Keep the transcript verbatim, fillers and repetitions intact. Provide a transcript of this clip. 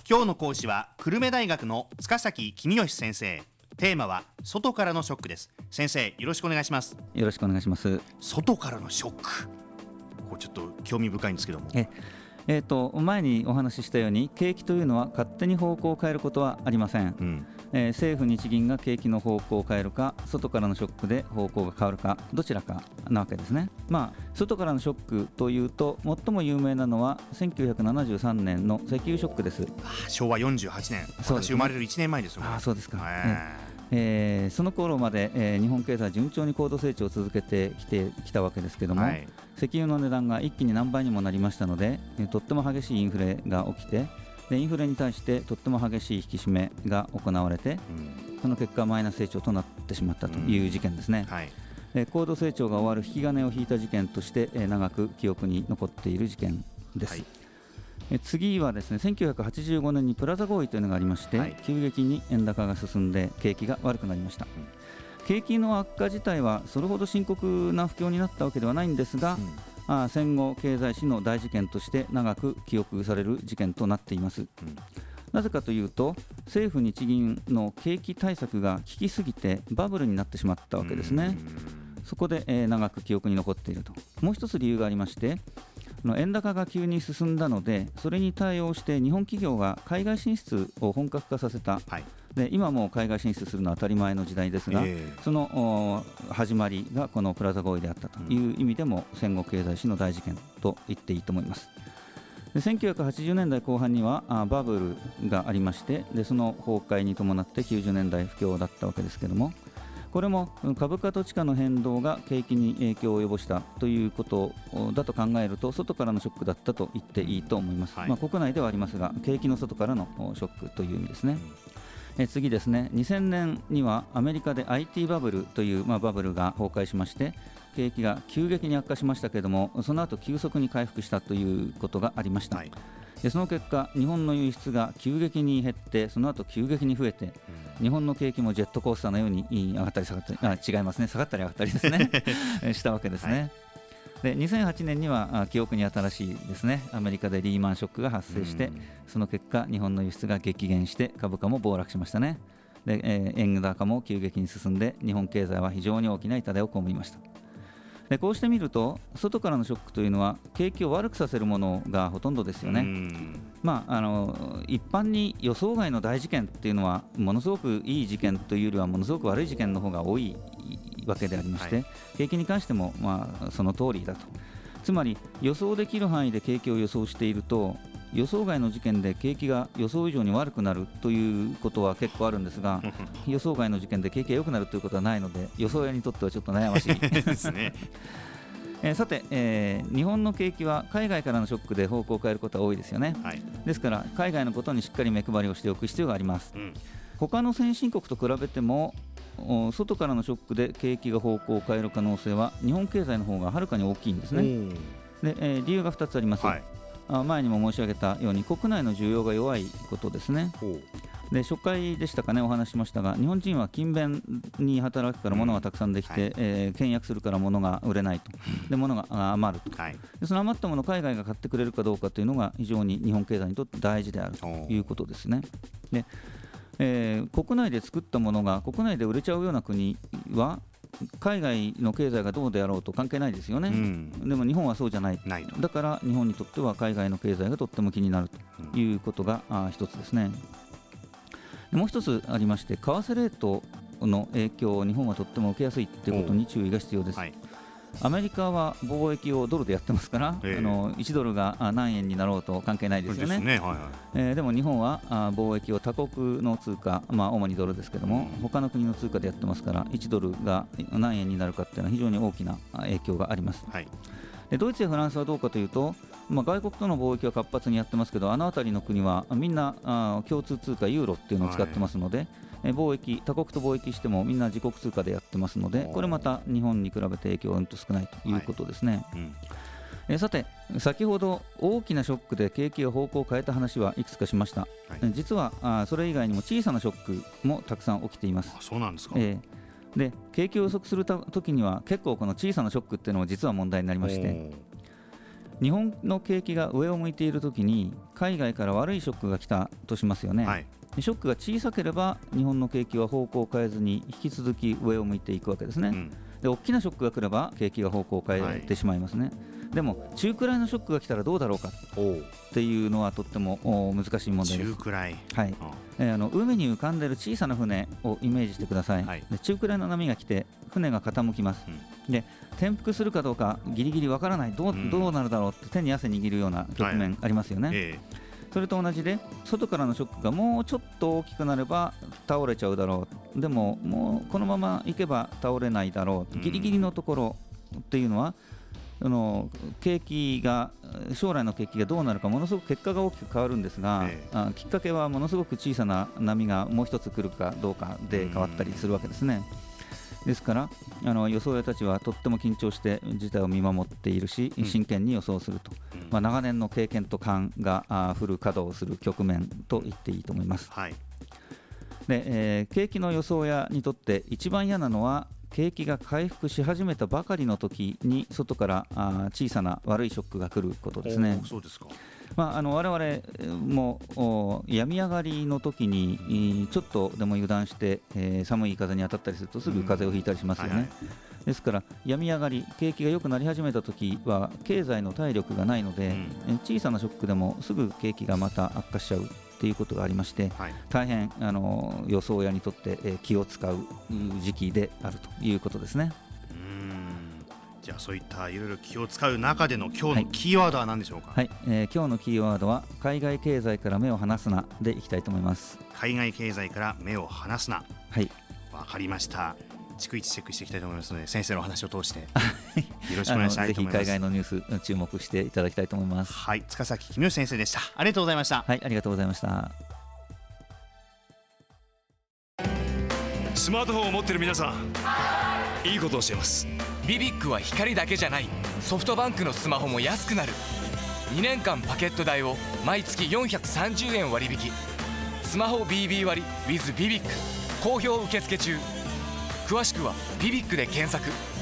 今日の講師は久留米大学の塚崎公義先生。テーマは外からのショックです。先生、よろしくお願いします。 よろしくお願いします。 外からのショック、これちょっと興味深いんですけども、 ええー、と前にお話ししたように景気というのは勝手に方向を変えることはありません、うんえー、政府日銀が景気の方向を変えるか、外からのショックで方向が変わるか、どちらかなわけですね。まあ、外からのショックというと最も有名なのはせんきゅうひゃくななじゅうさんねんの石油ショックです。 あ、昭和よんじゅうはちねん、私生まれるいちねんまえですよ。 あ、そうですか。えーえー、その頃まで、えー、日本経済は順調に高度成長を続けてきてきたわけですけども、はい、石油の値段が一気に何倍にもなりましたので、えー、とっても激しいインフレが起きて、でインフレに対してとっても激しい引き締めが行われて、うん、その結果マイナス成長となってしまったという事件ですね、うんはいえー、高度成長が終わる引き金を引いた事件として、えー、長く記憶に残っている事件です、はい。え次はですね、せんきゅうひゃくはちじゅうごねんにプラザ合意というのがありまして、はい、急激に円高が進んで景気が悪くなりました、うん、景気の悪化自体はそれほど深刻な不況になったわけではないんですが、うん、あ戦後経済史の大事件として長く記憶される事件となっています、うん、なぜかというと政府日銀の景気対策が効きすぎてバブルになってしまったわけですね。そこで、えー、長く記憶に残っていると。もう一つ理由がありまして、円高が急に進んだので、それに対応して日本企業が海外進出を本格化させた、はい、で今も海外進出するのは当たり前の時代ですが、えー、その始まりがこのプラザ合意であったという意味でも、うん、戦後経済史の大事件と言っていいと思います。でせんきゅうひゃくはちじゅうねんだいこう半にはあバブルがありまして、でその崩壊に伴ってきゅうじゅうねんだい不況だったわけですけども、これも株価と地価の変動が景気に影響を及ぼしたということだと考えると、外からのショックだったと言っていいと思います、はい。まあ、国内ではありますが、景気の外からのショックという意味ですね。え次ですね、にせんねんにはアメリカで アイティー バブルという、まあ、バブルが崩壊しまして、景気が急激に悪化しましたけれども、その後急速に回復したということがありました、はい。でその結果、日本の輸出が急激に減って、その後急激に増えて、うん、日本の景気もジェットコースターのように上がったり下がったり、あ違いますね、下がったり上がったりですねしたわけですね、はい。でにせんはちねんには記憶に新しいですね、アメリカでリーマンショックが発生して、うん、その結果日本の輸出が激減して株価も暴落しましたね。で、えー、円高も急激に進んで、日本経済は非常に大きな痛手を被りました。でこうしてみると、外からのショックというのは景気を悪くさせるものがほとんどですよね。まあ、あの一般に予想外の大事件っていうのはものすごくいい事件というよりはものすごく悪い事件の方が多いわけでありまして、はい、景気に関しても、まあ、その通りだと。つまり予想できる範囲で景気を予想していると、予想外の事件で景気が予想以上に悪くなるということは結構あるんですが予想外の事件で景気が良くなるということはないので、予想屋にとってはちょっと悩ましいですねえー、さて、えー、日本の景気は海外からのショックで方向を変えることが多いですよね、はい、ですから海外のことにしっかり目配りをしておく必要があります、うん、他の先進国と比べても外からのショックで景気が方向を変える可能性は日本経済の方がはるかに大きいんですね。で、えー、理由がふたつあります、はい。前にも申し上げたように国内の需要が弱いことですね。で初回でしたかね、お話ししましたが、日本人は勤勉に働くから物がたくさんできて、うんはいえー、倹約するから物が売れないと、で物が余ると、はい、でその余ったものを海外が買ってくれるかどうかというのが非常に日本経済にとって大事であるということですね。で、えー、国内で作ったものが国内で売れちゃうような国は海外の経済がどうであろうと関係ないですよね、うん、でも日本はそうじゃない、ないだから日本にとっては海外の経済がとっても気になるということが、うん、一つですね。もう一つありまして、為替レートの影響を日本はとっても受けやすいということに注意が必要です、はい。アメリカは貿易をドルでやってますから、えー、あのいちドルが何円になろうと関係ないですよね。ですね、はいはいえー、でも日本は貿易を他国の通貨、まあ、主にドルですけども、うん、他の国の通貨でやってますから、いちドルが何円になるかっていうのは非常に大きな影響があります、はい。でドイツやフランスはどうかというと、まあ、外国との貿易は活発にやってますけど、あの辺りの国はみんなあ共通通貨ユーロっていうのを使ってますので、はい貿易他国と貿易してもみんな自国通貨でやってますので、これまた日本に比べて影響がうんと少ないということですね、はいうん、えさて先ほど大きなショックで景気が方向を変えた話はいくつかしました、はい、実はあそれ以外にも小さなショックもたくさん起きています。 あそうなんですか、 えー、で景気を予測するときには結構この小さなショックっていうのも実は問題になりまして、 日本の景気が上を向いているときに海外から悪いショックが来たとしますよね、はい、ショックが小さければ日本の景気は方向を変えずに引き続き上を向いていくわけですね、うん、で大きなショックが来れば景気が方向を変えてしまいますね、はい、でも中くらいのショックが来たらどうだろうかっていうのはとっても難しい問題です。 中くらい、 はい、えー、あの海に浮かんでいる小さな船をイメージしてください、はい、で中くらいの波が来て船が傾きます、うん、で転覆するかどうかギリギリわからない、どう、うん、どうなるだろうって手に汗握るような局面ありますよね、はい、えー、それと同じで外からのショックがもうちょっと大きくなれば倒れちゃうだろう、でももうこのままいけば倒れないだろう、ギリギリのところっていうのは、あの景気が将来の景気がどうなるかものすごく結果が大きく変わるんですが、ええ、あきっかけはものすごく小さな波がもう一つ来るかどうかで変わったりするわけですね。ですからあの予想屋たちはとっても緊張して事態を見守っているし、真剣に予想すると、うん、まあ、長年の経験と勘があフル稼働する局面と言っていいと思います、はい、でえー、景気の予想屋にとって一番嫌なのは景気が回復し始めたばかりの時に外からあ小さな悪いショックが来ることですね。 そうですか。 まあ、あの我々も病み上がりの時にちょっとでも油断して、えー、寒い風に当たったりするとすぐ風邪をひいたりしますよね、うん、はいはい、ですから病み上がり景気が良くなり始めた時は経済の体力がないので、うん、小さなショックでもすぐ景気がまた悪化しちゃうということがありまして、はい、大変あの予想屋にとって、えー、気を使う時期であるということですね。 うーん、じゃあそういったいろいろ気を使う中での今日のキーワードは何でしょうか。 はい、はい、えー、今日のキーワードは海外経済から目を離すなでいきたいと思います。 海外経済から目を離すな、 はい、 わかりました。逐一チェックしていきたいと思いますので、先生のお話を通してよろしくお願いしたいと思います。 ぜひ海外のニュース注目していただきたいと思います。 はい、塚崎公義先生でした。ありがとうございました。 はい、ありがとうございました。 スマートフォンを持っている皆さん、いいことを教えます。 ビビックは光だけじゃない、ソフトバンクのスマホも安くなる。にねんかんパケット代を毎月よんひゃくさんじゅうえん割引。スマホ ビービー 割 with ビビック好評受付中。詳しくはビビックで検索。